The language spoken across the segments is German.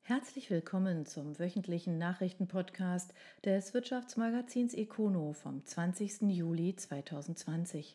Herzlich willkommen zum wöchentlichen Nachrichtenpodcast des Wirtschaftsmagazins Econo vom 20. Juli 2020.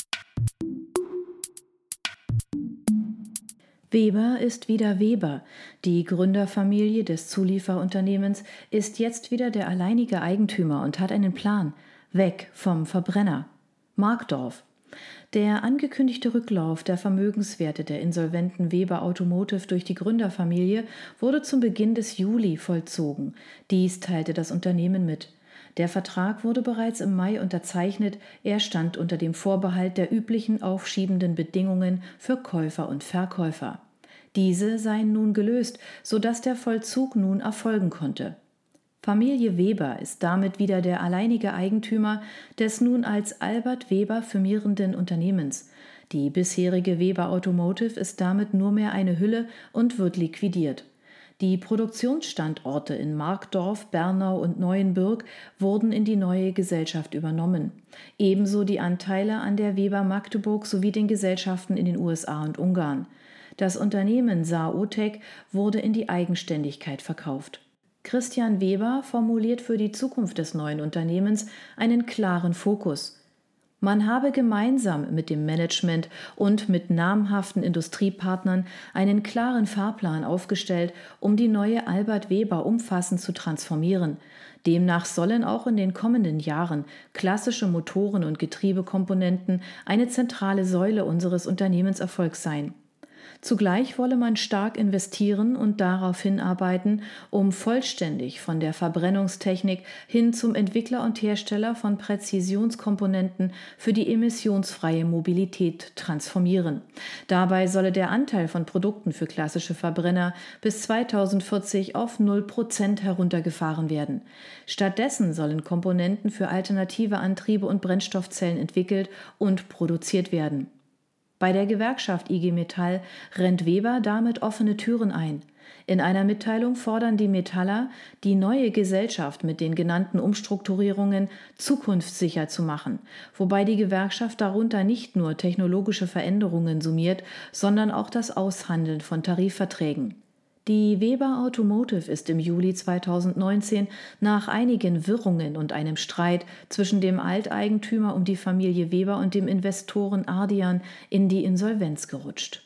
Weber ist wieder Weber. Die Gründerfamilie des Zulieferunternehmens ist jetzt wieder der alleinige Eigentümer und hat einen Plan. Weg vom Verbrenner. Markdorf. Der angekündigte Rücklauf der Vermögenswerte der insolventen Weber Automotive durch die Gründerfamilie wurde zum Beginn des Juli vollzogen. Dies teilte das Unternehmen mit. Der Vertrag wurde bereits im Mai unterzeichnet. Er stand unter dem Vorbehalt der üblichen aufschiebenden Bedingungen für Käufer und Verkäufer. Diese seien nun gelöst, sodass der Vollzug nun erfolgen konnte. Familie Weber ist damit wieder der alleinige Eigentümer des nun als Albert Weber firmierenden Unternehmens. Die bisherige Weber Automotive ist damit nur mehr eine Hülle und wird liquidiert. Die Produktionsstandorte in Markdorf, Bernau und Neuenbürg wurden in die neue Gesellschaft übernommen. Ebenso die Anteile an der Weber Magdeburg sowie den Gesellschaften in den USA und Ungarn. Das Unternehmen Saar Otec wurde in die Eigenständigkeit verkauft. Christian Weber formuliert für die Zukunft des neuen Unternehmens einen klaren Fokus. Man habe gemeinsam mit dem Management und mit namhaften Industriepartnern einen klaren Fahrplan aufgestellt, um die neue Albert Weber umfassend zu transformieren. Demnach sollen auch in den kommenden Jahren klassische Motoren- und Getriebekomponenten eine zentrale Säule unseres Unternehmenserfolgs sein. Zugleich wolle man stark investieren und darauf hinarbeiten, um vollständig von der Verbrennungstechnik hin zum Entwickler und Hersteller von Präzisionskomponenten für die emissionsfreie Mobilität transformieren. Dabei solle der Anteil von Produkten für klassische Verbrenner bis 2040 auf 0% heruntergefahren werden. Stattdessen sollen Komponenten für alternative Antriebe und Brennstoffzellen entwickelt und produziert werden. Bei der Gewerkschaft IG Metall rennt Weber damit offene Türen ein. In einer Mitteilung fordern die Metaller, die neue Gesellschaft mit den genannten Umstrukturierungen zukunftssicher zu machen, wobei die Gewerkschaft darunter nicht nur technologische Veränderungen summiert, sondern auch das Aushandeln von Tarifverträgen. Die Weber Automotive ist im Juli 2019 nach einigen Wirrungen und einem Streit zwischen dem Alteigentümer um die Familie Weber und dem Investoren Ardian in die Insolvenz gerutscht.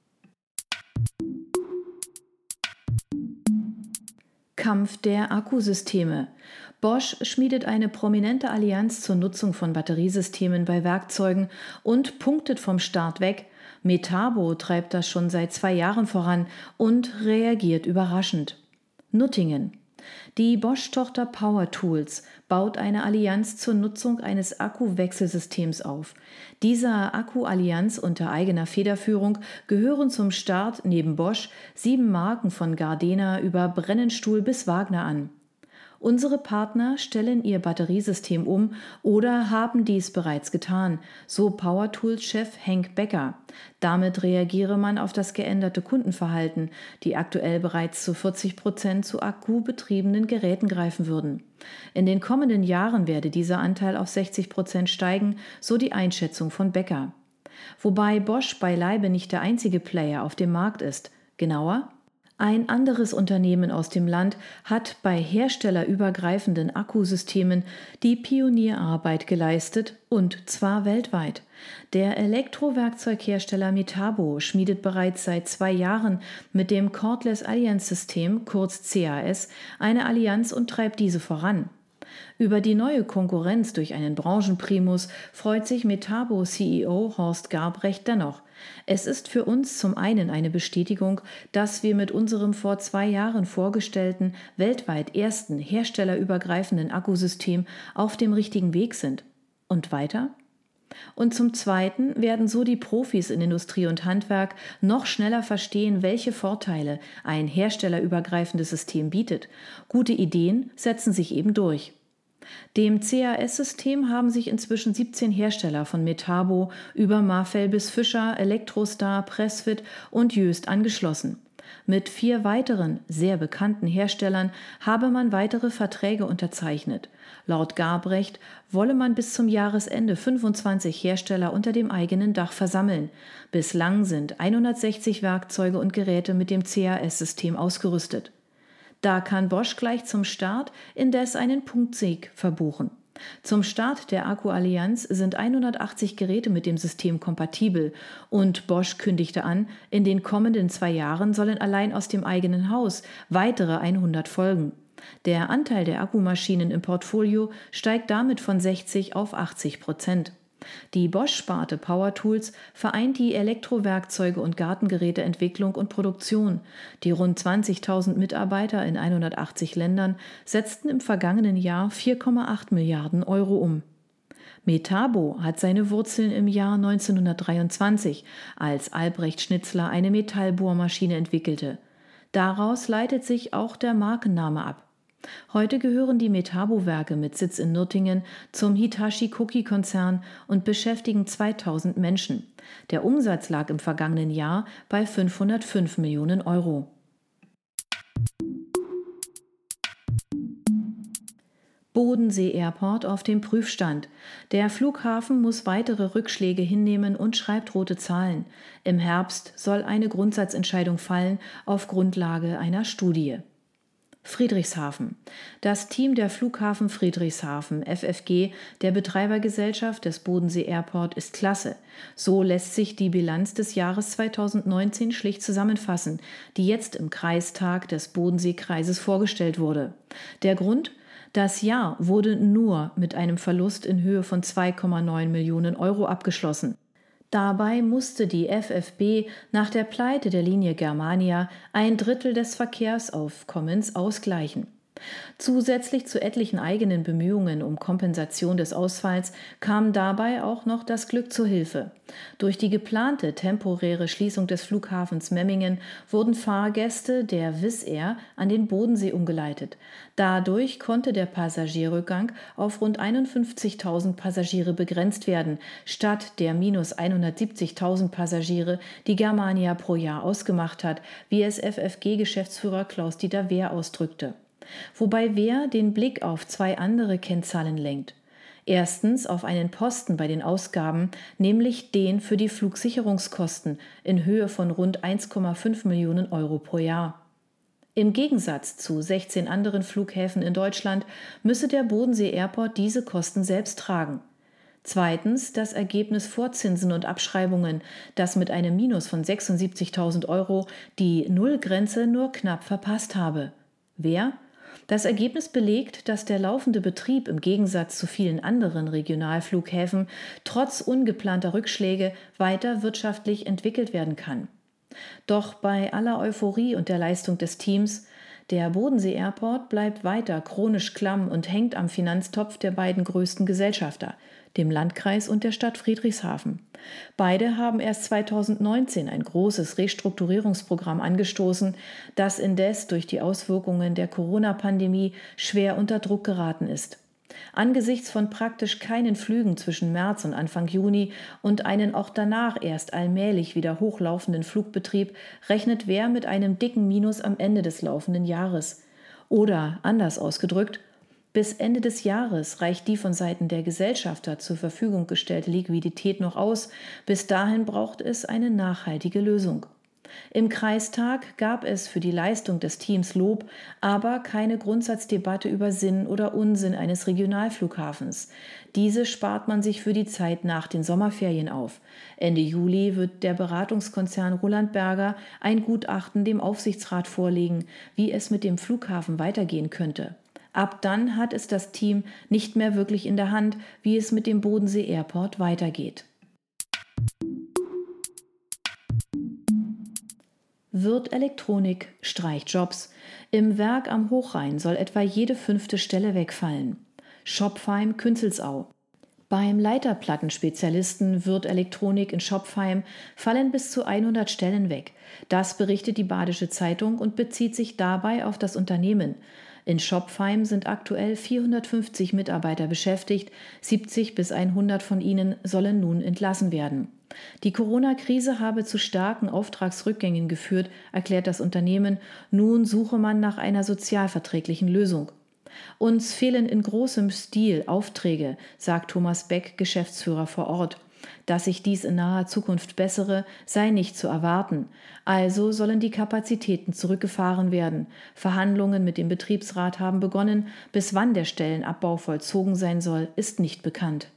Kampf der Akkusysteme. Bosch schmiedet eine prominente Allianz zur Nutzung von Batteriesystemen bei Werkzeugen und punktet vom Start weg. Metabo treibt das schon seit 2 Jahren voran und reagiert überraschend. Nuttingen. Die Bosch-Tochter Power Tools baut eine Allianz zur Nutzung eines Akkuwechselsystems auf. Dieser Akku-Allianz unter eigener Federführung gehören zum Start neben Bosch 7 Marken von Gardena über Brennenstuhl bis Wagner an. Unsere Partner stellen ihr Batteriesystem um oder haben dies bereits getan, so PowerTools-Chef Henk Becker. Damit reagiere man auf das geänderte Kundenverhalten, die aktuell bereits zu 40% zu akkubetriebenen Geräten greifen würden. In den kommenden Jahren werde dieser Anteil auf 60% steigen, so die Einschätzung von Becker. Wobei Bosch beileibe nicht der einzige Player auf dem Markt ist. Genauer: ein anderes Unternehmen aus dem Land hat bei herstellerübergreifenden Akkusystemen die Pionierarbeit geleistet, und zwar weltweit. Der Elektrowerkzeughersteller Metabo schmiedet bereits seit 2 Jahren mit dem Cordless Alliance System, kurz CAS, eine Allianz und treibt diese voran. Über die neue Konkurrenz durch einen Branchenprimus freut sich Metabo-CEO Horst Garbrecht dennoch. Es ist für uns zum einen eine Bestätigung, dass wir mit unserem vor 2 Jahren vorgestellten, weltweit ersten herstellerübergreifenden Akkusystem auf dem richtigen Weg sind. Und weiter? Und zum Zweiten werden so die Profis in Industrie und Handwerk noch schneller verstehen, welche Vorteile ein herstellerübergreifendes System bietet. Gute Ideen setzen sich eben durch. Dem CAS-System haben sich inzwischen 17 Hersteller von Metabo über Marfell bis Fischer, Elektrostar, Pressfit und Jöst angeschlossen. Mit 4 weiteren, sehr bekannten Herstellern habe man weitere Verträge unterzeichnet. Laut Garbrecht wolle man bis zum Jahresende 25 Hersteller unter dem eigenen Dach versammeln. Bislang sind 160 Werkzeuge und Geräte mit dem CAS-System ausgerüstet. Da kann Bosch gleich zum Start indes einen Punktsieg verbuchen. Zum Start der Akku-Allianz sind 180 Geräte mit dem System kompatibel und Bosch kündigte an, in den kommenden 2 Jahren sollen allein aus dem eigenen Haus weitere 100 folgen. Der Anteil der Akkumaschinen im Portfolio steigt damit von 60 auf 80%. Die Bosch-Sparte Power Tools vereint die Elektrowerkzeuge und Gartengeräteentwicklung und Produktion. Die rund 20.000 Mitarbeiter in 180 Ländern setzten im vergangenen Jahr 4,8 Milliarden Euro um. Metabo hat seine Wurzeln im Jahr 1923, als Albrecht Schnitzler eine Metallbohrmaschine entwickelte. Daraus leitet sich auch der Markenname ab. Heute gehören die Metabo-Werke mit Sitz in Nürtingen zum Hitachi-Koki-Konzern und beschäftigen 2000 Menschen. Der Umsatz lag im vergangenen Jahr bei 505 Millionen Euro. Bodensee Airport auf dem Prüfstand. Der Flughafen muss weitere Rückschläge hinnehmen und schreibt rote Zahlen. Im Herbst soll eine Grundsatzentscheidung fallen auf Grundlage einer Studie. Friedrichshafen. Das Team der Flughafen Friedrichshafen, FFG, der Betreibergesellschaft des Bodensee Airport, ist klasse. So lässt sich die Bilanz des Jahres 2019 schlicht zusammenfassen, die jetzt im Kreistag des Bodenseekreises vorgestellt wurde. Der Grund? Das Jahr wurde nur mit einem Verlust in Höhe von 2,9 Millionen Euro abgeschlossen. Dabei musste die FFB nach der Pleite der Linie Germania 1/3 des Verkehrsaufkommens ausgleichen. Zusätzlich zu etlichen eigenen Bemühungen um Kompensation des Ausfalls kam dabei auch noch das Glück zur Hilfe. Durch die geplante temporäre Schließung des Flughafens Memmingen wurden Fahrgäste der Wizz Air an den Bodensee umgeleitet. Dadurch konnte der Passagierrückgang auf rund 51.000 Passagiere begrenzt werden, statt der minus 170.000 Passagiere, die Germania pro Jahr ausgemacht hat, wie es FFG-Geschäftsführer Klaus-Dieter Wehr ausdrückte. Wobei Wehr den Blick auf 2 andere Kennzahlen lenkt. Erstens auf einen Posten bei den Ausgaben, nämlich den für die Flugsicherungskosten in Höhe von rund 1,5 Millionen Euro pro Jahr. Im Gegensatz zu 16 anderen Flughäfen in Deutschland müsse der Bodensee Airport diese Kosten selbst tragen. Zweitens das Ergebnis vor Zinsen und Abschreibungen, das mit einem Minus von 76.000 Euro die Nullgrenze nur knapp verpasst habe. Wer? Das Ergebnis belegt, dass der laufende Betrieb im Gegensatz zu vielen anderen Regionalflughäfen trotz ungeplanter Rückschläge weiter wirtschaftlich entwickelt werden kann. Doch bei aller Euphorie und der Leistung des Teams, der Bodensee Airport bleibt weiter chronisch klamm und hängt am Finanztopf der beiden größten Gesellschafter, dem Landkreis und der Stadt Friedrichshafen. Beide haben erst 2019 ein großes Restrukturierungsprogramm angestoßen, das indes durch die Auswirkungen der Corona-Pandemie schwer unter Druck geraten ist. Angesichts von praktisch keinen Flügen zwischen März und Anfang Juni und einen auch danach erst allmählich wieder hochlaufenden Flugbetrieb rechnet Wehr mit einem dicken Minus am Ende des laufenden Jahres. Oder anders ausgedrückt, bis Ende des Jahres reicht die von Seiten der Gesellschafter zur Verfügung gestellte Liquidität noch aus. Bis dahin braucht es eine nachhaltige Lösung. Im Kreistag gab es für die Leistung des Teams Lob, aber keine Grundsatzdebatte über Sinn oder Unsinn eines Regionalflughafens. Diese spart man sich für die Zeit nach den Sommerferien auf. Ende Juli wird der Beratungskonzern Roland Berger ein Gutachten dem Aufsichtsrat vorlegen, wie es mit dem Flughafen weitergehen könnte. Ab dann hat es das Team nicht mehr wirklich in der Hand, wie es mit dem Bodensee Airport weitergeht. Wirth Elektronik streicht Jobs. Im Werk am Hochrhein soll etwa jede 5. Stelle wegfallen. Schopfheim, Künzelsau. Beim Leiterplattenspezialisten Wirth Elektronik in Schopfheim fallen bis zu 100 Stellen weg. Das berichtet die Badische Zeitung und bezieht sich dabei auf das Unternehmen. In Schopfheim sind aktuell 450 Mitarbeiter beschäftigt, 70 bis 100 von ihnen sollen nun entlassen werden. Die Corona-Krise habe zu starken Auftragsrückgängen geführt, erklärt das Unternehmen. Nun suche man nach einer sozialverträglichen Lösung. Uns fehlen in großem Stil Aufträge, sagt Thomas Beck, Geschäftsführer vor Ort. Dass sich dies in naher Zukunft bessere, sei nicht zu erwarten. Also sollen die Kapazitäten zurückgefahren werden. Verhandlungen mit dem Betriebsrat haben begonnen. Bis wann der Stellenabbau vollzogen sein soll, ist nicht bekannt.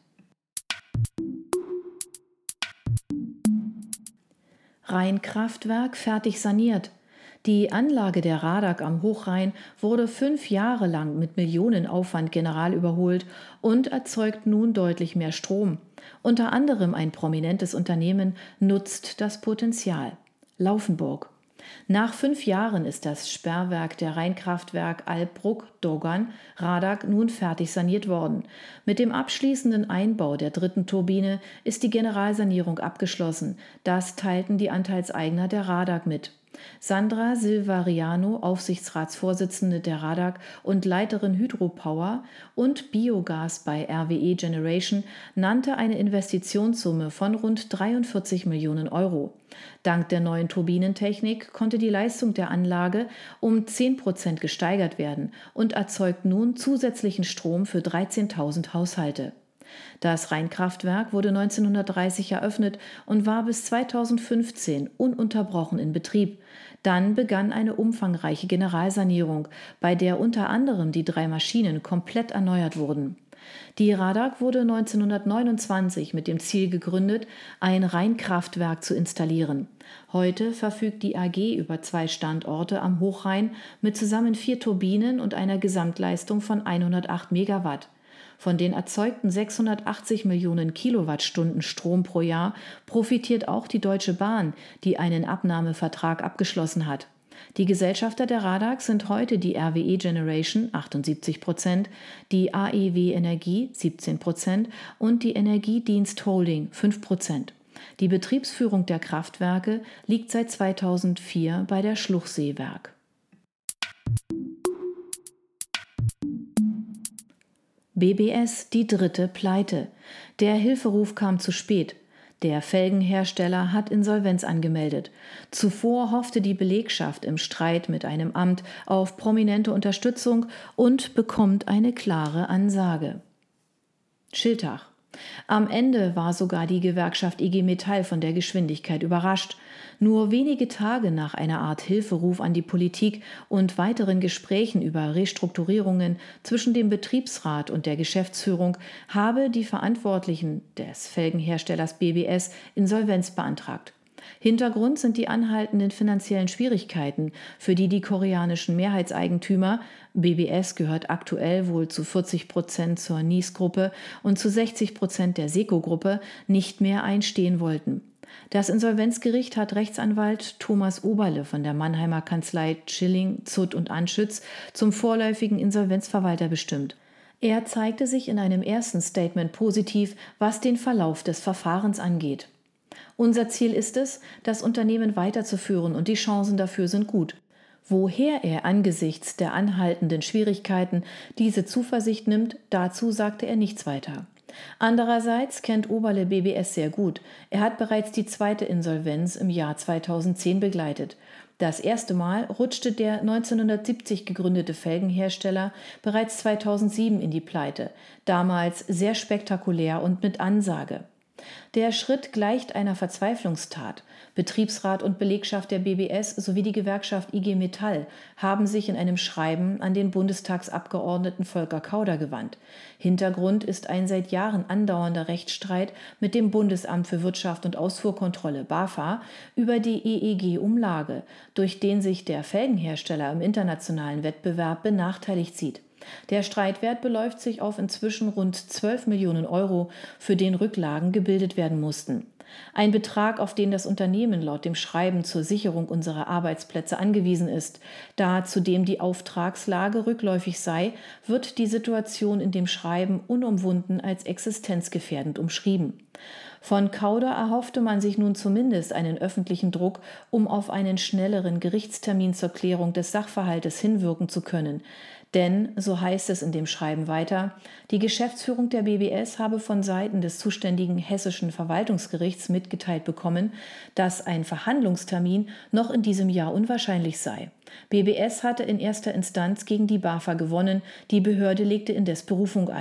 Rheinkraftwerk fertig saniert. Die Anlage der Radag am Hochrhein wurde 5 Jahre lang mit Millionenaufwand generalüberholt und erzeugt nun deutlich mehr Strom. Unter anderem ein prominentes Unternehmen nutzt das Potenzial. Laufenburg. Nach 5 Jahren ist das Sperrwerk der Rheinkraftwerk Albbruck-Doggern Radag nun fertig saniert worden. Mit dem abschließenden Einbau der 3. Turbine ist die Generalsanierung abgeschlossen. Das teilten die Anteilseigner der Radag mit. Sandra Silvariano, Aufsichtsratsvorsitzende der Radag und Leiterin Hydropower und Biogas bei RWE Generation, nannte eine Investitionssumme von rund 43 Millionen Euro. Dank der neuen Turbinentechnik konnte die Leistung der Anlage um 10% gesteigert werden und erzeugt nun zusätzlichen Strom für 13.000 Haushalte. Das Rheinkraftwerk wurde 1930 eröffnet und war bis 2015 ununterbrochen in Betrieb. Dann begann eine umfangreiche Generalsanierung, bei der unter anderem die 3 Maschinen komplett erneuert wurden. Die Radag wurde 1929 mit dem Ziel gegründet, ein Rheinkraftwerk zu installieren. Heute verfügt die AG über 2 Standorte am Hochrhein mit zusammen 4 Turbinen und einer Gesamtleistung von 108 Megawatt. Von den erzeugten 680 Millionen Kilowattstunden Strom pro Jahr profitiert auch die Deutsche Bahn, die einen Abnahmevertrag abgeschlossen hat. Die Gesellschafter der Radag sind heute die RWE Generation 78%, die AEW Energie 17% und die Energiedienst Holding 5%. Die Betriebsführung der Kraftwerke liegt seit 2004 bei der Schluchsee-Werk. BBS die 3. Pleite. Der Hilferuf kam zu spät. Der Felgenhersteller hat Insolvenz angemeldet. Zuvor hoffte die Belegschaft im Streit mit einem Amt auf prominente Unterstützung und bekommt eine klare Ansage. Schiltach. Am Ende war sogar die Gewerkschaft IG Metall von der Geschwindigkeit überrascht. Nur wenige Tage nach einer Art Hilferuf an die Politik und weiteren Gesprächen über Restrukturierungen zwischen dem Betriebsrat und der Geschäftsführung habe die Verantwortlichen des Felgenherstellers BBS Insolvenz beantragt. Hintergrund sind die anhaltenden finanziellen Schwierigkeiten, für die die koreanischen Mehrheitseigentümer, BBS gehört aktuell wohl zu 40% zur NIS-Gruppe und zu 60% der SECO-Gruppe, nicht mehr einstehen wollten. Das Insolvenzgericht hat Rechtsanwalt Thomas Oberle von der Mannheimer Kanzlei Schilling, Zutt und Anschütz zum vorläufigen Insolvenzverwalter bestimmt. Er zeigte sich in einem ersten Statement positiv, was den Verlauf des Verfahrens angeht. Unser Ziel ist es, das Unternehmen weiterzuführen und die Chancen dafür sind gut. Woher er angesichts der anhaltenden Schwierigkeiten diese Zuversicht nimmt, dazu sagte er nichts weiter. Andererseits kennt Oberle BBS sehr gut. Er hat bereits die 2. Insolvenz im Jahr 2010 begleitet. Das erste Mal rutschte der 1970 gegründete Felgenhersteller bereits 2007 in die Pleite, damals sehr spektakulär und mit Ansage. Der Schritt gleicht einer Verzweiflungstat. Betriebsrat und Belegschaft der BBS sowie die Gewerkschaft IG Metall haben sich in einem Schreiben an den Bundestagsabgeordneten Volker Kauder gewandt. Hintergrund ist ein seit Jahren andauernder Rechtsstreit mit dem Bundesamt für Wirtschaft und Ausfuhrkontrolle BAFA über die EEG-Umlage, durch den sich der Felgenhersteller im internationalen Wettbewerb benachteiligt sieht. Der Streitwert beläuft sich auf inzwischen rund 12 Millionen Euro, für den Rücklagen gebildet werden mussten. Ein Betrag, auf den das Unternehmen laut dem Schreiben zur Sicherung unserer Arbeitsplätze angewiesen ist. Da zudem die Auftragslage rückläufig sei, wird die Situation in dem Schreiben unumwunden als existenzgefährdend umschrieben. Von Kauder erhoffte man sich nun zumindest einen öffentlichen Druck, um auf einen schnelleren Gerichtstermin zur Klärung des Sachverhaltes hinwirken zu können. Denn, so heißt es in dem Schreiben weiter, die Geschäftsführung der BBS habe von Seiten des zuständigen hessischen Verwaltungsgerichts mitgeteilt bekommen, dass ein Verhandlungstermin noch in diesem Jahr unwahrscheinlich sei. BBS hatte in erster Instanz gegen die BAFA gewonnen, die Behörde legte indes Berufung ein.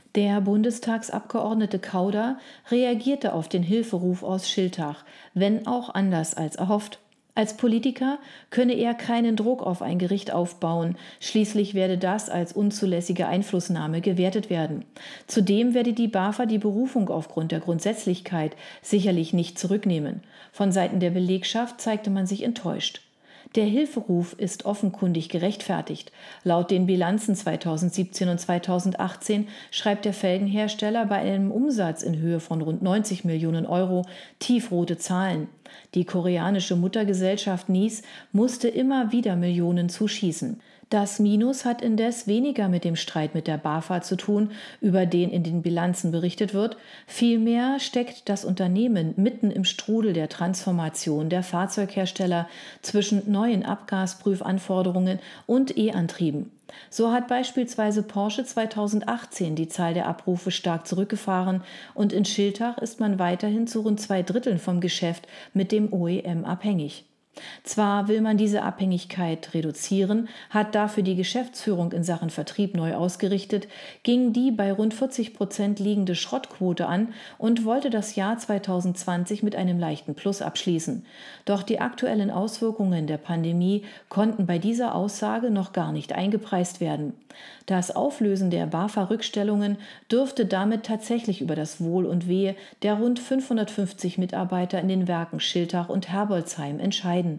Der Bundestagsabgeordnete Kauder reagierte auf den Hilferuf aus Schiltach, wenn auch anders als erhofft. Als Politiker könne er keinen Druck auf ein Gericht aufbauen, schließlich werde das als unzulässige Einflussnahme gewertet werden. Zudem werde die BAFA die Berufung aufgrund der Grundsätzlichkeit sicherlich nicht zurücknehmen. Von Seiten der Belegschaft zeigte man sich enttäuscht. Der Hilferuf ist offenkundig gerechtfertigt. Laut den Bilanzen 2017 und 2018 schreibt der Felgenhersteller bei einem Umsatz in Höhe von rund 90 Millionen Euro tiefrote Zahlen. Die koreanische Muttergesellschaft NIS musste immer wieder Millionen zuschießen. Das Minus hat indes weniger mit dem Streit mit der BAFA zu tun, über den in den Bilanzen berichtet wird. Vielmehr steckt das Unternehmen mitten im Strudel der Transformation der Fahrzeughersteller zwischen neuen Abgasprüfanforderungen und E-Antrieben. So hat beispielsweise Porsche 2018 die Zahl der Abrufe stark zurückgefahren und in Schiltach ist man weiterhin zu rund 2/3 vom Geschäft mit dem OEM abhängig. Zwar will man diese Abhängigkeit reduzieren, hat dafür die Geschäftsführung in Sachen Vertrieb neu ausgerichtet, ging die bei rund 40% liegende Schrottquote an und wollte das Jahr 2020 mit einem leichten Plus abschließen. Doch die aktuellen Auswirkungen der Pandemie konnten bei dieser Aussage noch gar nicht eingepreist werden. Das Auflösen der BAFA-Rückstellungen dürfte damit tatsächlich über das Wohl und Wehe der rund 550 Mitarbeiter in den Werken Schiltach und Herbolzheim entscheiden.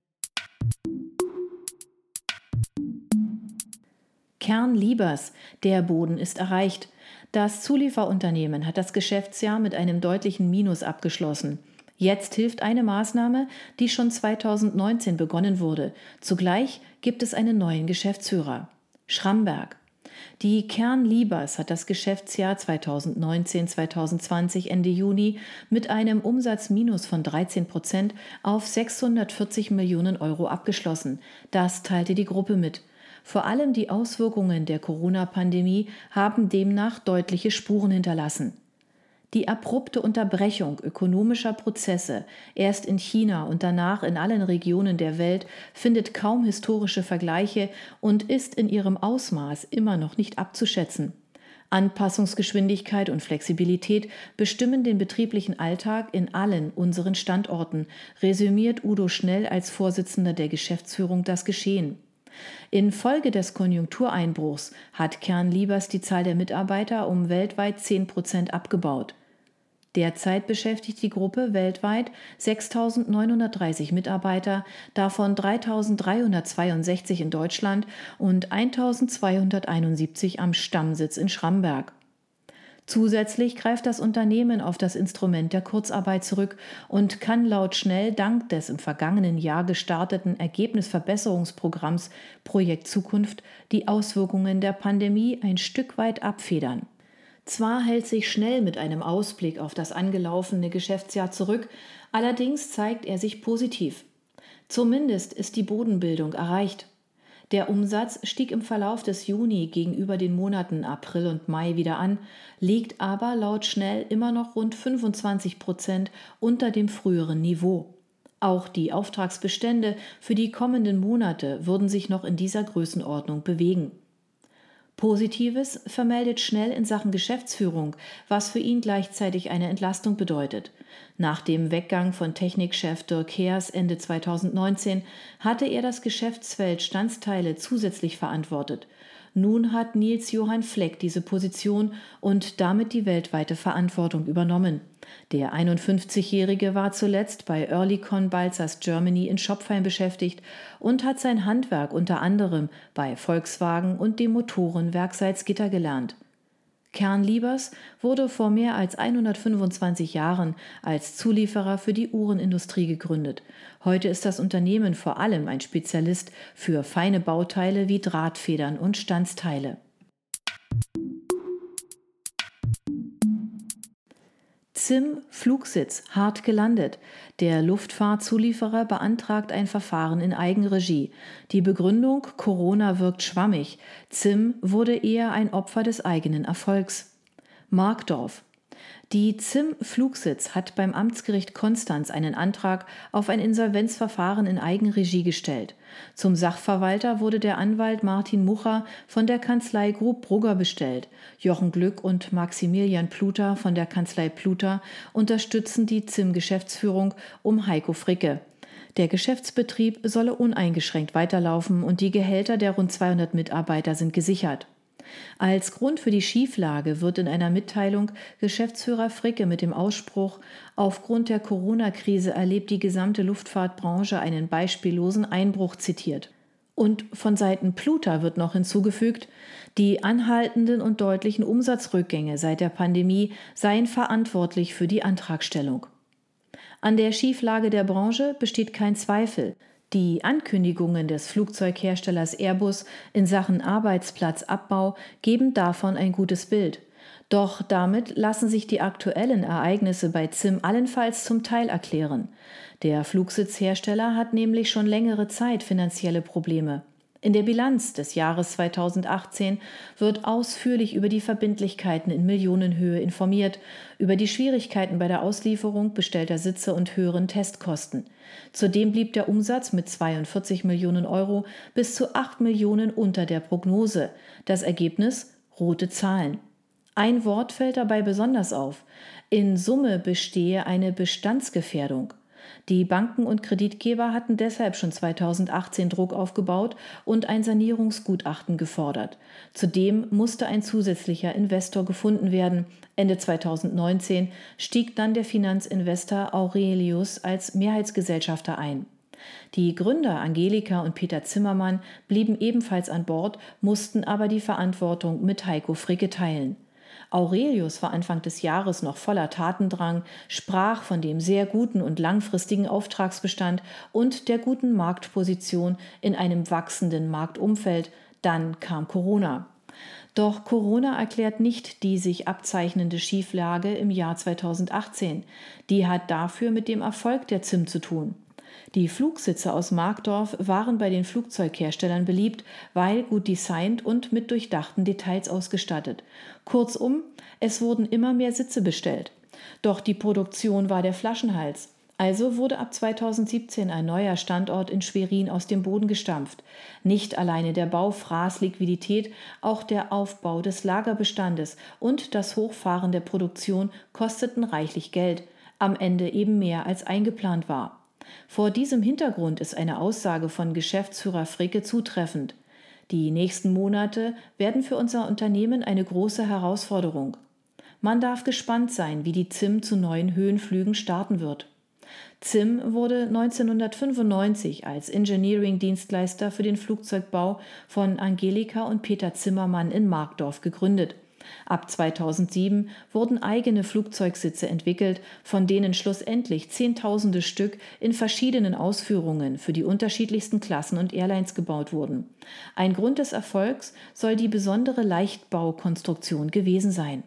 Kernliebers, der Boden ist erreicht. Das Zulieferunternehmen hat das Geschäftsjahr mit einem deutlichen Minus abgeschlossen. Jetzt hilft eine Maßnahme, die schon 2019 begonnen wurde. Zugleich gibt es einen neuen Geschäftsführer. Schramberg. Die Kernliebers hat das Geschäftsjahr 2019/2020 Ende Juni mit einem Umsatzminus von 13% auf 640 Millionen Euro abgeschlossen. Das teilte die Gruppe mit. Vor allem die Auswirkungen der Corona-Pandemie haben demnach deutliche Spuren hinterlassen. Die abrupte Unterbrechung ökonomischer Prozesse, erst in China und danach in allen Regionen der Welt, findet kaum historische Vergleiche und ist in ihrem Ausmaß immer noch nicht abzuschätzen. Anpassungsgeschwindigkeit und Flexibilität bestimmen den betrieblichen Alltag in allen unseren Standorten, resümiert Udo Schnell als Vorsitzender der Geschäftsführung das Geschehen. Infolge des Konjunktureinbruchs hat Kernliebers die Zahl der Mitarbeiter um weltweit 10% abgebaut. Derzeit beschäftigt die Gruppe weltweit 6.930 Mitarbeiter, davon 3.362 in Deutschland und 1.271 am Stammsitz in Schramberg. Zusätzlich greift das Unternehmen auf das Instrument der Kurzarbeit zurück und kann laut Schnell dank des im vergangenen Jahr gestarteten Ergebnisverbesserungsprogramms Projekt Zukunft die Auswirkungen der Pandemie ein Stück weit abfedern. Zwar hält sich Schnell mit einem Ausblick auf das angelaufene Geschäftsjahr zurück, allerdings zeigt er sich positiv. Zumindest ist die Bodenbildung erreicht. Der Umsatz stieg im Verlauf des Juni gegenüber den Monaten April und Mai wieder an, liegt aber laut Schnell immer noch rund 25% unter dem früheren Niveau. Auch die Auftragsbestände für die kommenden Monate würden sich noch in dieser Größenordnung bewegen. Positives vermeldet Schnell in Sachen Geschäftsführung, was für ihn gleichzeitig eine Entlastung bedeutet. Nach dem Weggang von Technikchef Dirk Heers Ende 2019 hatte er das Geschäftsfeld Standsteile zusätzlich verantwortet. Nun hat Nils Johann Fleck diese Position und damit die weltweite Verantwortung übernommen. Der 51-Jährige war zuletzt bei Oerlikon Balzers Germany in Schopfheim beschäftigt und hat sein Handwerk unter anderem bei Volkswagen und dem Motorenwerk Salzgitter gelernt. Kernliebers wurde vor mehr als 125 Jahren als Zulieferer für die Uhrenindustrie gegründet. Heute ist das Unternehmen vor allem ein Spezialist für feine Bauteile wie Drahtfedern und Standsteile. ZIM Flugsitz hart gelandet. Der Luftfahrtzulieferer beantragt ein Verfahren in Eigenregie. Die Begründung: Corona wirkt schwammig. ZIM wurde eher ein Opfer des eigenen Erfolgs. Markdorf. Die ZIM Flugsitz hat beim Amtsgericht Konstanz einen Antrag auf ein Insolvenzverfahren in Eigenregie gestellt. Zum Sachverwalter wurde der Anwalt Martin Mucha von der Kanzlei Grub Brugger bestellt. Jochen Glück und Maximilian Pluter von der Kanzlei Pluter unterstützen die ZIM-Geschäftsführung um Heiko Fricke. Der Geschäftsbetrieb solle uneingeschränkt weiterlaufen und die Gehälter der rund 200 Mitarbeiter sind gesichert. Als Grund für die Schieflage wird in einer Mitteilung Geschäftsführer Fricke mit dem Ausspruch: Aufgrund der Corona-Krise erlebt die gesamte Luftfahrtbranche einen beispiellosen Einbruch zitiert. Und von Seiten Pluter wird noch hinzugefügt, die anhaltenden und deutlichen Umsatzrückgänge seit der Pandemie seien verantwortlich für die Antragstellung. An der Schieflage der Branche besteht kein Zweifel. Die Ankündigungen des Flugzeugherstellers Airbus in Sachen Arbeitsplatzabbau geben davon ein gutes Bild. Doch damit lassen sich die aktuellen Ereignisse bei ZIM allenfalls zum Teil erklären. Der Flugsitzhersteller hat nämlich schon längere Zeit finanzielle Probleme. In der Bilanz des Jahres 2018 wird ausführlich über die Verbindlichkeiten in Millionenhöhe informiert, über die Schwierigkeiten bei der Auslieferung bestellter Sitze und höheren Testkosten. Zudem blieb der Umsatz mit 42 Millionen Euro bis zu 8 Millionen unter der Prognose. Das Ergebnis: rote Zahlen. Ein Wort fällt dabei besonders auf: In Summe bestehe eine Bestandsgefährdung. Die Banken und Kreditgeber hatten deshalb schon 2018 Druck aufgebaut und ein Sanierungsgutachten gefordert. Zudem musste ein zusätzlicher Investor gefunden werden. Ende 2019 stieg dann der Finanzinvestor Aurelius als Mehrheitsgesellschafter ein. Die Gründer Angelika und Peter Zimmermann blieben ebenfalls an Bord, mussten aber die Verantwortung mit Heiko Fricke teilen. Aurelius war Anfang des Jahres noch voller Tatendrang, sprach von dem sehr guten und langfristigen Auftragsbestand und der guten Marktposition in einem wachsenden Marktumfeld. Dann kam Corona. Doch Corona erklärt nicht die sich abzeichnende Schieflage im Jahr 2018. Die hat dafür mit dem Erfolg der ZIM zu tun. Die Flugsitze aus Markdorf waren bei den Flugzeugherstellern beliebt, weil gut designt und mit durchdachten Details ausgestattet. Kurzum, es wurden immer mehr Sitze bestellt. Doch die Produktion war der Flaschenhals. Also wurde ab 2017 ein neuer Standort in Schwerin aus dem Boden gestampft. Nicht alleine der Bau fraß Liquidität, auch der Aufbau des Lagerbestandes und das Hochfahren der Produktion kosteten reichlich Geld. Am Ende eben mehr als eingeplant war. Vor diesem Hintergrund ist eine Aussage von Geschäftsführer Fricke zutreffend: Die nächsten Monate werden für unser Unternehmen eine große Herausforderung. Man darf gespannt sein, wie die ZIM zu neuen Höhenflügen starten wird. ZIM wurde 1995 als Engineering-Dienstleister für den Flugzeugbau von Angelika und Peter Zimmermann in Markdorf gegründet. Ab 2007 wurden eigene Flugzeugsitze entwickelt, von denen schlussendlich Zehntausende Stück in verschiedenen Ausführungen für die unterschiedlichsten Klassen und Airlines gebaut wurden. Ein Grund des Erfolgs soll die besondere Leichtbaukonstruktion gewesen sein.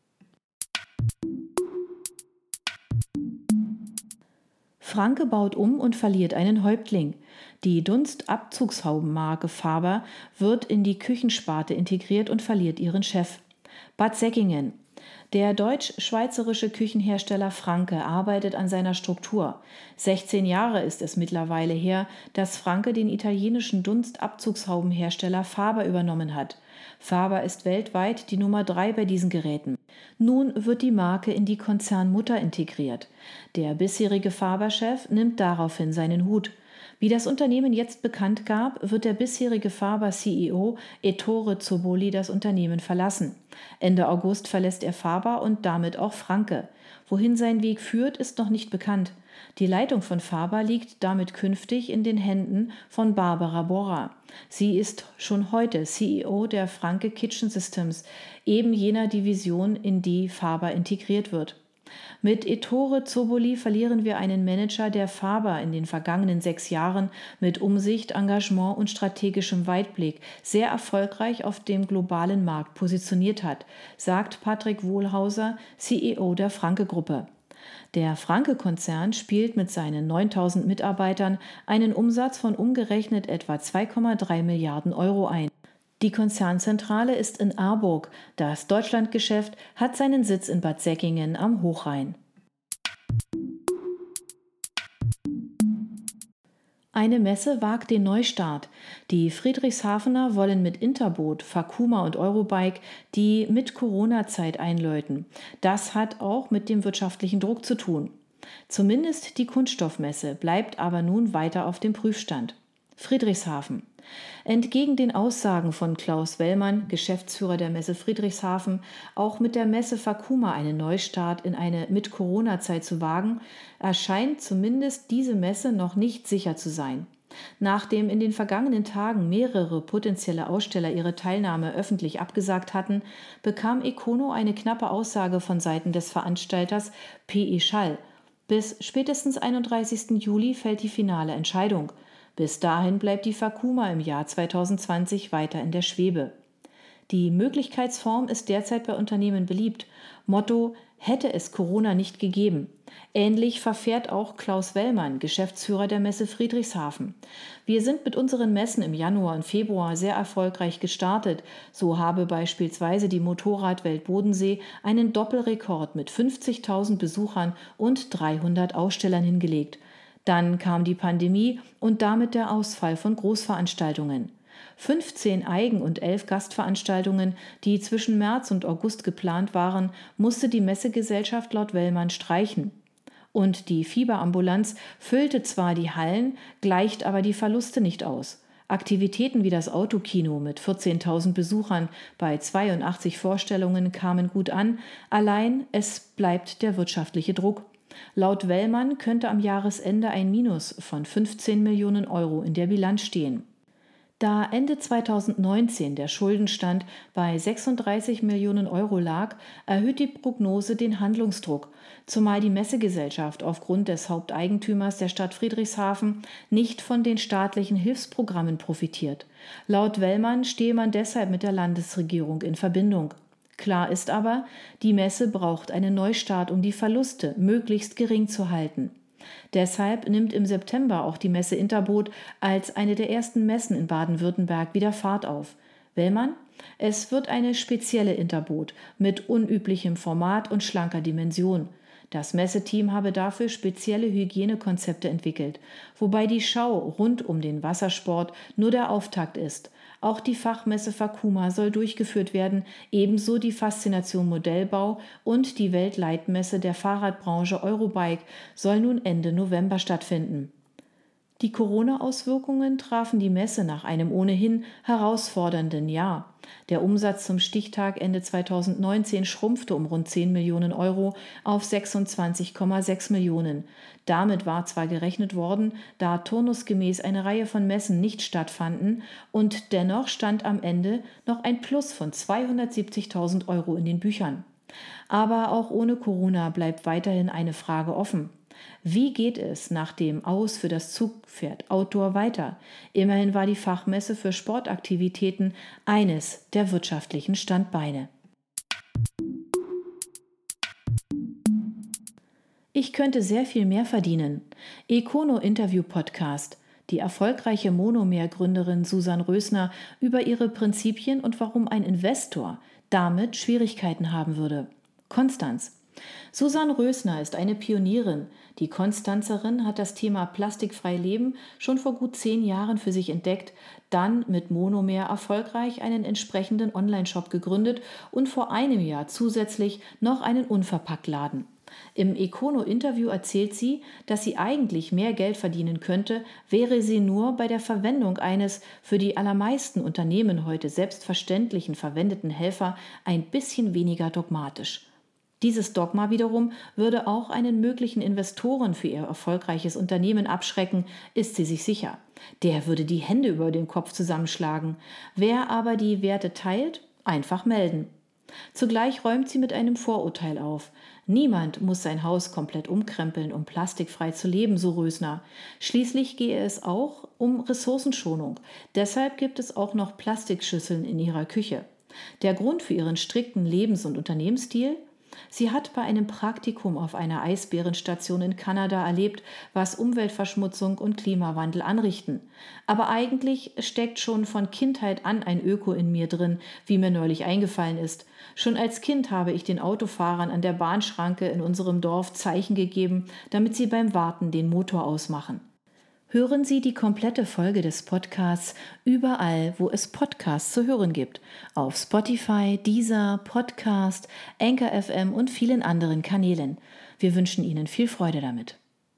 Franke baut um und verliert einen Häuptling. Die Dunstabzugshaubenmarke Faber wird in die Küchensparte integriert und verliert ihren Chef. Bad Säckingen. Der deutsch-schweizerische Küchenhersteller Franke arbeitet an seiner Struktur. 16 Jahre ist es mittlerweile her, dass Franke den italienischen Dunstabzugshaubenhersteller Faber übernommen hat. Faber ist weltweit die Nummer 3 bei diesen Geräten. Nun wird die Marke in die Konzernmutter integriert. Der bisherige Faber-Chef nimmt daraufhin seinen Hut. Wie das Unternehmen jetzt bekannt gab, wird der bisherige Faber-CEO Ettore Zoboli das Unternehmen verlassen. Ende August verlässt er Faber und damit auch Franke. Wohin sein Weg führt, ist noch nicht bekannt. Die Leitung von Faber liegt damit künftig in den Händen von Barbara Borra. Sie ist schon heute CEO der Franke Kitchen Systems, eben jener Division, in die Faber integriert wird. Mit Ettore Zoboli verlieren wir einen Manager, der Faber in den vergangenen 6 Jahren mit Umsicht, Engagement und strategischem Weitblick sehr erfolgreich auf dem globalen Markt positioniert hat, sagt Patrick Wohlhauser, CEO der Franke-Gruppe. Der Franke-Konzern spielt mit seinen 9.000 Mitarbeitern einen Umsatz von umgerechnet etwa 2,3 Milliarden Euro ein. Die Konzernzentrale ist in Aarburg. Das Deutschlandgeschäft hat seinen Sitz in Bad Säckingen am Hochrhein. Eine Messe wagt den Neustart. Die Friedrichshafener wollen mit Interboot, Fakuma und Eurobike die Mit-Corona-Zeit einläuten. Das hat auch mit dem wirtschaftlichen Druck zu tun. Zumindest die Kunststoffmesse bleibt aber nun weiter auf dem Prüfstand. Friedrichshafen. Entgegen den Aussagen von Klaus Wellmann, Geschäftsführer der Messe Friedrichshafen, auch mit der Messe Fakuma einen Neustart in eine Mit-Corona-Zeit zu wagen, erscheint zumindest diese Messe noch nicht sicher zu sein. Nachdem in den vergangenen Tagen mehrere potenzielle Aussteller ihre Teilnahme öffentlich abgesagt hatten, bekam Econo eine knappe Aussage von Seiten des Veranstalters PE Schall. Bis spätestens 31. Juli fällt die finale Entscheidung. Bis dahin bleibt die Fakuma im Jahr 2020 weiter in der Schwebe. Die Möglichkeitsform ist derzeit bei Unternehmen beliebt. Motto: hätte es Corona nicht gegeben. Ähnlich verfährt auch Klaus Wellmann, Geschäftsführer der Messe Friedrichshafen. Wir sind mit unseren Messen im Januar und Februar sehr erfolgreich gestartet. So habe beispielsweise die Motorradwelt Bodensee einen Doppelrekord mit 50.000 Besuchern und 300 Ausstellern hingelegt. Dann kam die Pandemie und damit der Ausfall von Großveranstaltungen. 15 Eigen- und 11 Gastveranstaltungen, die zwischen März und August geplant waren, musste die Messegesellschaft laut Wellmann streichen. Und die Fieberambulanz füllte zwar die Hallen, gleicht aber die Verluste nicht aus. Aktivitäten wie das Autokino mit 14.000 Besuchern bei 82 Vorstellungen kamen gut an, allein es bleibt der wirtschaftliche Druck. Laut Wellmann könnte am Jahresende ein Minus von 15 Millionen Euro in der Bilanz stehen. Da Ende 2019 der Schuldenstand bei 36 Millionen Euro lag, erhöht die Prognose den Handlungsdruck, zumal die Messegesellschaft aufgrund des Haupteigentümers der Stadt Friedrichshafen nicht von den staatlichen Hilfsprogrammen profitiert. Laut Wellmann stehe man deshalb mit der Landesregierung in Verbindung. Klar ist aber, die Messe braucht einen Neustart, um die Verluste möglichst gering zu halten. Deshalb nimmt im September auch die Messe Interboot als eine der ersten Messen in Baden-Württemberg wieder Fahrt auf. Wellmann: Es wird eine spezielle Interboot mit unüblichem Format und schlanker Dimension. Das Messeteam habe dafür spezielle Hygienekonzepte entwickelt, wobei die Schau rund um den Wassersport nur der Auftakt ist. Auch die Fachmesse Fakuma soll durchgeführt werden, ebenso die Faszination Modellbau und die Weltleitmesse der Fahrradbranche Eurobike soll nun Ende November stattfinden. Die Corona-Auswirkungen trafen die Messe nach einem ohnehin herausfordernden Jahr. Der Umsatz zum Stichtag Ende 2019 schrumpfte um rund 10 Millionen Euro auf 26,6 Millionen. Damit war zwar gerechnet worden, da turnusgemäß eine Reihe von Messen nicht stattfanden, und dennoch stand am Ende noch ein Plus von 270.000 Euro in den Büchern. Aber auch ohne Corona bleibt weiterhin eine Frage offen. Wie geht es nach dem Aus für das Zugpferd Outdoor weiter? Immerhin war die Fachmesse für Sportaktivitäten eines der wirtschaftlichen Standbeine. Ich könnte sehr viel mehr verdienen. Econo Interview Podcast. Die erfolgreiche Monomer-Gründerin Susan Rösner über ihre Prinzipien und warum ein Investor damit Schwierigkeiten haben würde. Konstanz. Susan Rösner ist eine Pionierin. Die Konstanzerin hat das Thema plastikfrei Leben schon vor gut 10 Jahren für sich entdeckt, dann mit Monomer erfolgreich einen entsprechenden Online-Shop gegründet und vor einem Jahr zusätzlich noch einen Unverpacktladen. Im Econo-Interview erzählt sie, dass sie eigentlich mehr Geld verdienen könnte, wäre sie nur bei der Verwendung eines für die allermeisten Unternehmen heute selbstverständlichen verwendeten Helfer ein bisschen weniger dogmatisch. Dieses Dogma wiederum würde auch einen möglichen Investoren für ihr erfolgreiches Unternehmen abschrecken, ist sie sich sicher. Der würde die Hände über den Kopf zusammenschlagen. Wer aber die Werte teilt, einfach melden. Zugleich räumt sie mit einem Vorurteil auf. Niemand muss sein Haus komplett umkrempeln, um plastikfrei zu leben, so Rösner. Schließlich gehe es auch um Ressourcenschonung. Deshalb gibt es auch noch Plastikschüsseln in ihrer Küche. Der Grund für ihren strikten Lebens- und Unternehmensstil? Sie hat bei einem Praktikum auf einer Eisbärenstation in Kanada erlebt, was Umweltverschmutzung und Klimawandel anrichten. Aber eigentlich steckt schon von Kindheit an ein Öko in mir drin, wie mir neulich eingefallen ist. Schon als Kind habe ich den Autofahrern an der Bahnschranke in unserem Dorf Zeichen gegeben, damit sie beim Warten den Motor ausmachen. Hören Sie die komplette Folge des Podcasts überall, wo es Podcasts zu hören gibt. Auf Spotify, Deezer, Podcast, Anchor FM und vielen anderen Kanälen. Wir wünschen Ihnen viel Freude damit.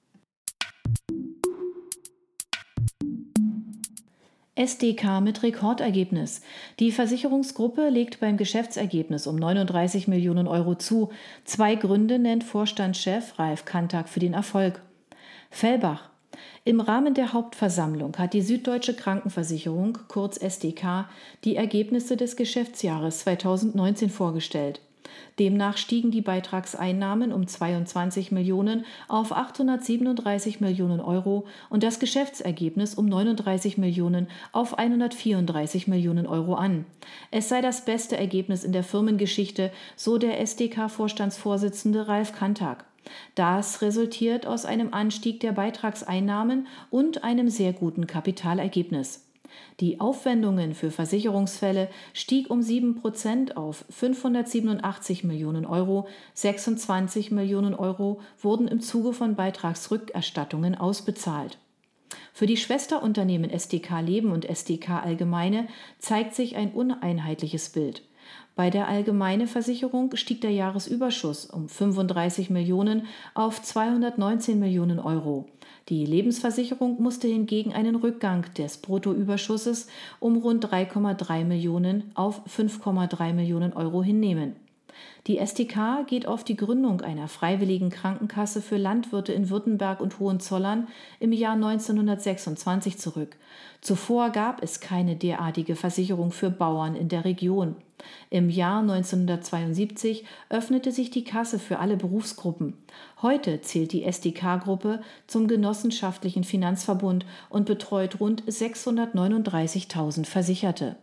SDK mit Rekordergebnis. Die Versicherungsgruppe legt beim Geschäftsergebnis um 39 Millionen Euro zu. 2 Gründe nennt Vorstandschef Ralf Kantak für den Erfolg. Fellbach. Im Rahmen der Hauptversammlung hat die Süddeutsche Krankenversicherung, kurz SDK, die Ergebnisse des Geschäftsjahres 2019 vorgestellt. Demnach stiegen die Beitragseinnahmen um 22 Millionen auf 837 Millionen Euro und das Geschäftsergebnis um 39 Millionen auf 134 Millionen Euro an. Es sei das beste Ergebnis in der Firmengeschichte, so der SDK-Vorstandsvorsitzende Ralf Kantak. Das resultiert aus einem Anstieg der Beitragseinnahmen und einem sehr guten Kapitalergebnis. Die Aufwendungen für Versicherungsfälle stieg um 7% auf 587 Millionen Euro, 26 Millionen Euro wurden im Zuge von Beitragsrückerstattungen ausbezahlt. Für die Schwesterunternehmen SDK Leben und SDK Allgemeine zeigt sich ein uneinheitliches Bild. Bei der Allgemeine Versicherung stieg der Jahresüberschuss um 35 Millionen auf 219 Millionen Euro. Die Lebensversicherung musste hingegen einen Rückgang des Bruttoüberschusses um rund 3,3 Millionen auf 5,3 Millionen Euro hinnehmen. Die SDK geht auf die Gründung einer freiwilligen Krankenkasse für Landwirte in Württemberg und Hohenzollern im Jahr 1926 zurück. Zuvor gab es keine derartige Versicherung für Bauern in der Region. Im Jahr 1972 öffnete sich die Kasse für alle Berufsgruppen. Heute zählt die SDK-Gruppe zum genossenschaftlichen Finanzverbund und betreut rund 639.000 Versicherte.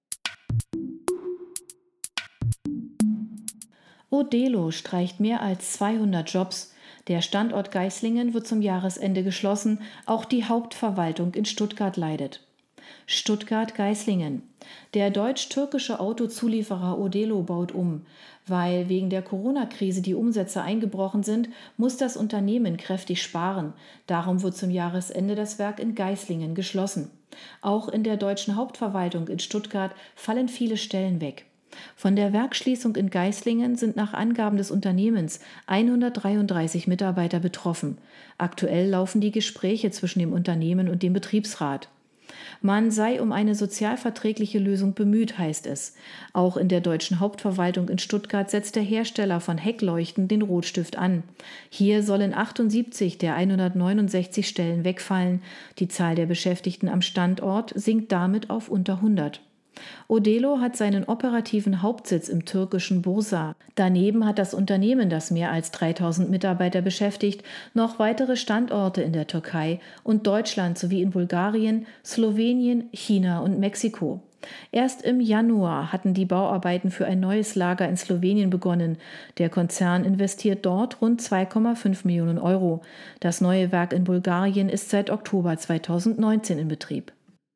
Odelo streicht mehr als 200 Jobs. Der Standort Geislingen wird zum Jahresende geschlossen. Auch die Hauptverwaltung in Stuttgart leidet. Stuttgart-Geislingen. Der deutsch-türkische Autozulieferer Odelo baut um. Weil wegen der Corona-Krise die Umsätze eingebrochen sind, muss das Unternehmen kräftig sparen. Darum wird zum Jahresende das Werk in Geislingen geschlossen. Auch in der deutschen Hauptverwaltung in Stuttgart fallen viele Stellen weg. Von der Werksschließung in Geislingen sind nach Angaben des Unternehmens 133 Mitarbeiter betroffen. Aktuell laufen die Gespräche zwischen dem Unternehmen und dem Betriebsrat. Man sei um eine sozialverträgliche Lösung bemüht, heißt es. Auch in der deutschen Hauptverwaltung in Stuttgart setzt der Hersteller von Heckleuchten den Rotstift an. Hier sollen 78 der 169 Stellen wegfallen. Die Zahl der Beschäftigten am Standort sinkt damit auf unter 100. Odelo hat seinen operativen Hauptsitz im türkischen Bursa. Daneben hat das Unternehmen, das mehr als 3000 Mitarbeiter beschäftigt, noch weitere Standorte in der Türkei und Deutschland sowie in Bulgarien, Slowenien, China und Mexiko. Erst im Januar hatten die Bauarbeiten für ein neues Lager in Slowenien begonnen. Der Konzern investiert dort rund 2,5 Millionen Euro. Das neue Werk in Bulgarien ist seit Oktober 2019 in Betrieb.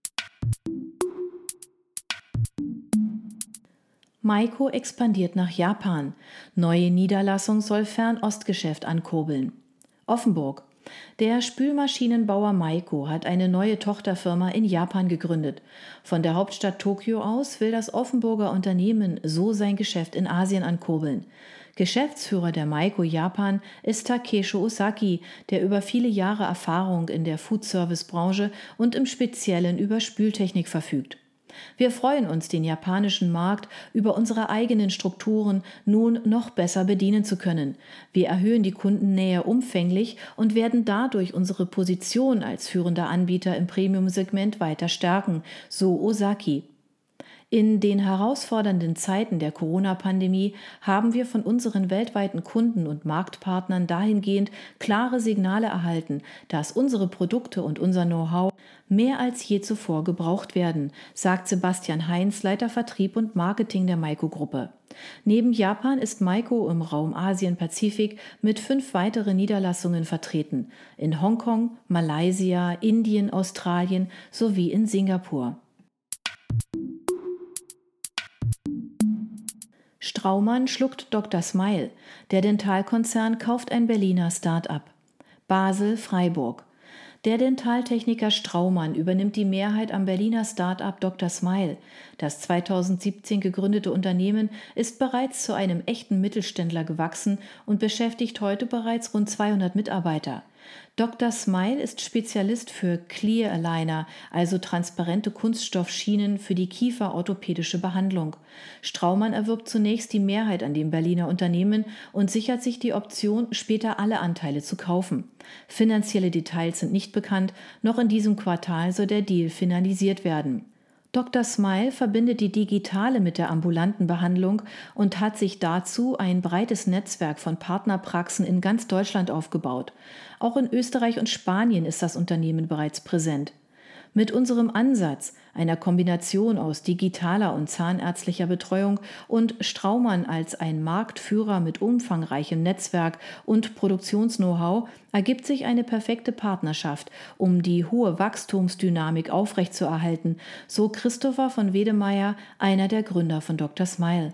Maiko expandiert nach Japan. Neue Niederlassung soll Fernostgeschäft ankurbeln. Offenburg. Der Spülmaschinenbauer Maiko hat eine neue Tochterfirma in Japan gegründet. Von der Hauptstadt Tokio aus will das Offenburger Unternehmen so sein Geschäft in Asien ankurbeln. Geschäftsführer der Maiko Japan ist Takesho Osaki, der über viele Jahre Erfahrung in der Foodservice-Branche und im Speziellen über Spültechnik verfügt. Wir freuen uns, den japanischen Markt über unsere eigenen Strukturen nun noch besser bedienen zu können. Wir erhöhen die Kundennähe umfänglich und werden dadurch unsere Position als führender Anbieter im Premium-Segment weiter stärken, so Osaki. In den herausfordernden Zeiten der Corona-Pandemie haben wir von unseren weltweiten Kunden und Marktpartnern dahingehend klare Signale erhalten, dass unsere Produkte und unser Know-how mehr als je zuvor gebraucht werden, sagt Sebastian Heinz, Leiter Vertrieb und Marketing der Maiko-Gruppe. Neben Japan ist Maiko im Raum Asien-Pazifik mit 5 weiteren Niederlassungen vertreten, in Hongkong, Malaysia, Indien, Australien sowie in Singapur. Straumann schluckt Dr. Smile. Der Dentalkonzern kauft ein Berliner Start-up. Basel, Freiburg. Der Dentaltechniker Straumann übernimmt die Mehrheit am Berliner Start-up Dr. Smile. Das 2017 gegründete Unternehmen ist bereits zu einem echten Mittelständler gewachsen und beschäftigt heute bereits rund 200 Mitarbeiter. Dr. Smile ist Spezialist für Clear Aligner, also transparente Kunststoffschienen für die kieferorthopädische Behandlung. Straumann erwirbt zunächst die Mehrheit an dem Berliner Unternehmen und sichert sich die Option, später alle Anteile zu kaufen. Finanzielle Details sind nicht bekannt, noch in diesem Quartal soll der Deal finalisiert werden. Dr. Smile verbindet die digitale mit der ambulanten Behandlung und hat sich dazu ein breites Netzwerk von Partnerpraxen in ganz Deutschland aufgebaut. Auch in Österreich und Spanien ist das Unternehmen bereits präsent. Mit unserem Ansatz, einer Kombination aus digitaler und zahnärztlicher Betreuung und Straumann als ein Marktführer mit umfangreichem Netzwerk und Produktions-Know-how, ergibt sich eine perfekte Partnerschaft, um die hohe Wachstumsdynamik aufrechtzuerhalten, so Christopher von Wedemeyer, einer der Gründer von Dr. Smile.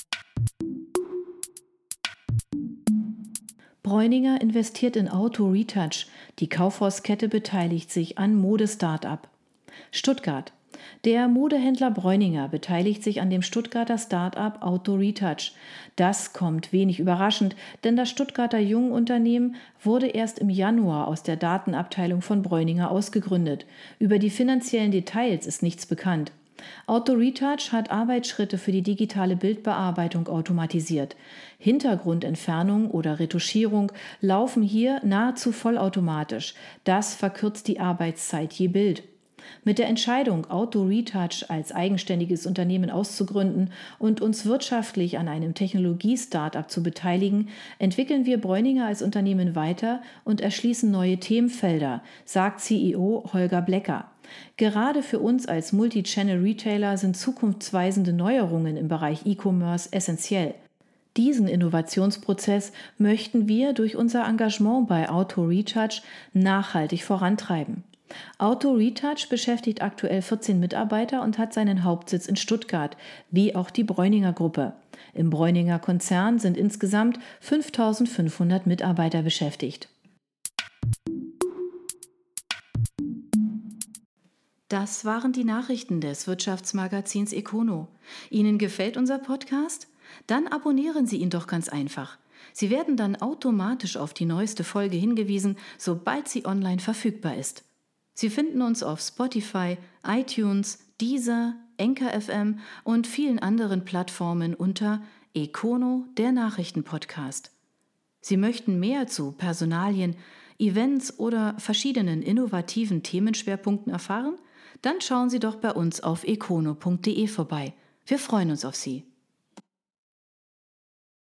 Bräuninger investiert in Auto Retouch. Die Kaufhauskette beteiligt sich an Mode-Startup. Stuttgart. Der Modehändler Bräuninger beteiligt sich an dem Stuttgarter Start-up Auto Retouch. Das kommt wenig überraschend, denn das Stuttgarter Jungunternehmen wurde erst im Januar aus der Datenabteilung von Bräuninger ausgegründet. Über die finanziellen Details ist nichts bekannt. Auto Retouch hat Arbeitsschritte für die digitale Bildbearbeitung automatisiert. Hintergrundentfernung oder Retuschierung laufen hier nahezu vollautomatisch. Das verkürzt die Arbeitszeit je Bild. Mit der Entscheidung, Auto Retouch als eigenständiges Unternehmen auszugründen und uns wirtschaftlich an einem Technologie-Startup zu beteiligen, entwickeln wir Bräuninger als Unternehmen weiter und erschließen neue Themenfelder, sagt CEO Holger Blecker. Gerade für uns als Multi-Channel-Retailer sind zukunftsweisende Neuerungen im Bereich E-Commerce essentiell. Diesen Innovationsprozess möchten wir durch unser Engagement bei Auto Retouch nachhaltig vorantreiben. Auto Retouch beschäftigt aktuell 14 Mitarbeiter und hat seinen Hauptsitz in Stuttgart, wie auch die Bräuninger Gruppe. Im Bräuninger Konzern sind insgesamt 5.500 Mitarbeiter beschäftigt. Das waren die Nachrichten des Wirtschaftsmagazins Econo. Ihnen gefällt unser Podcast? Dann abonnieren Sie ihn doch ganz einfach. Sie werden dann automatisch auf die neueste Folge hingewiesen, sobald sie online verfügbar ist. Sie finden uns auf Spotify, iTunes, Deezer, Anchor FM und vielen anderen Plattformen unter Econo, der Nachrichtenpodcast. Sie möchten mehr zu Personalien, Events oder verschiedenen innovativen Themenschwerpunkten erfahren? Dann schauen Sie doch bei uns auf econo.de vorbei. Wir freuen uns auf Sie.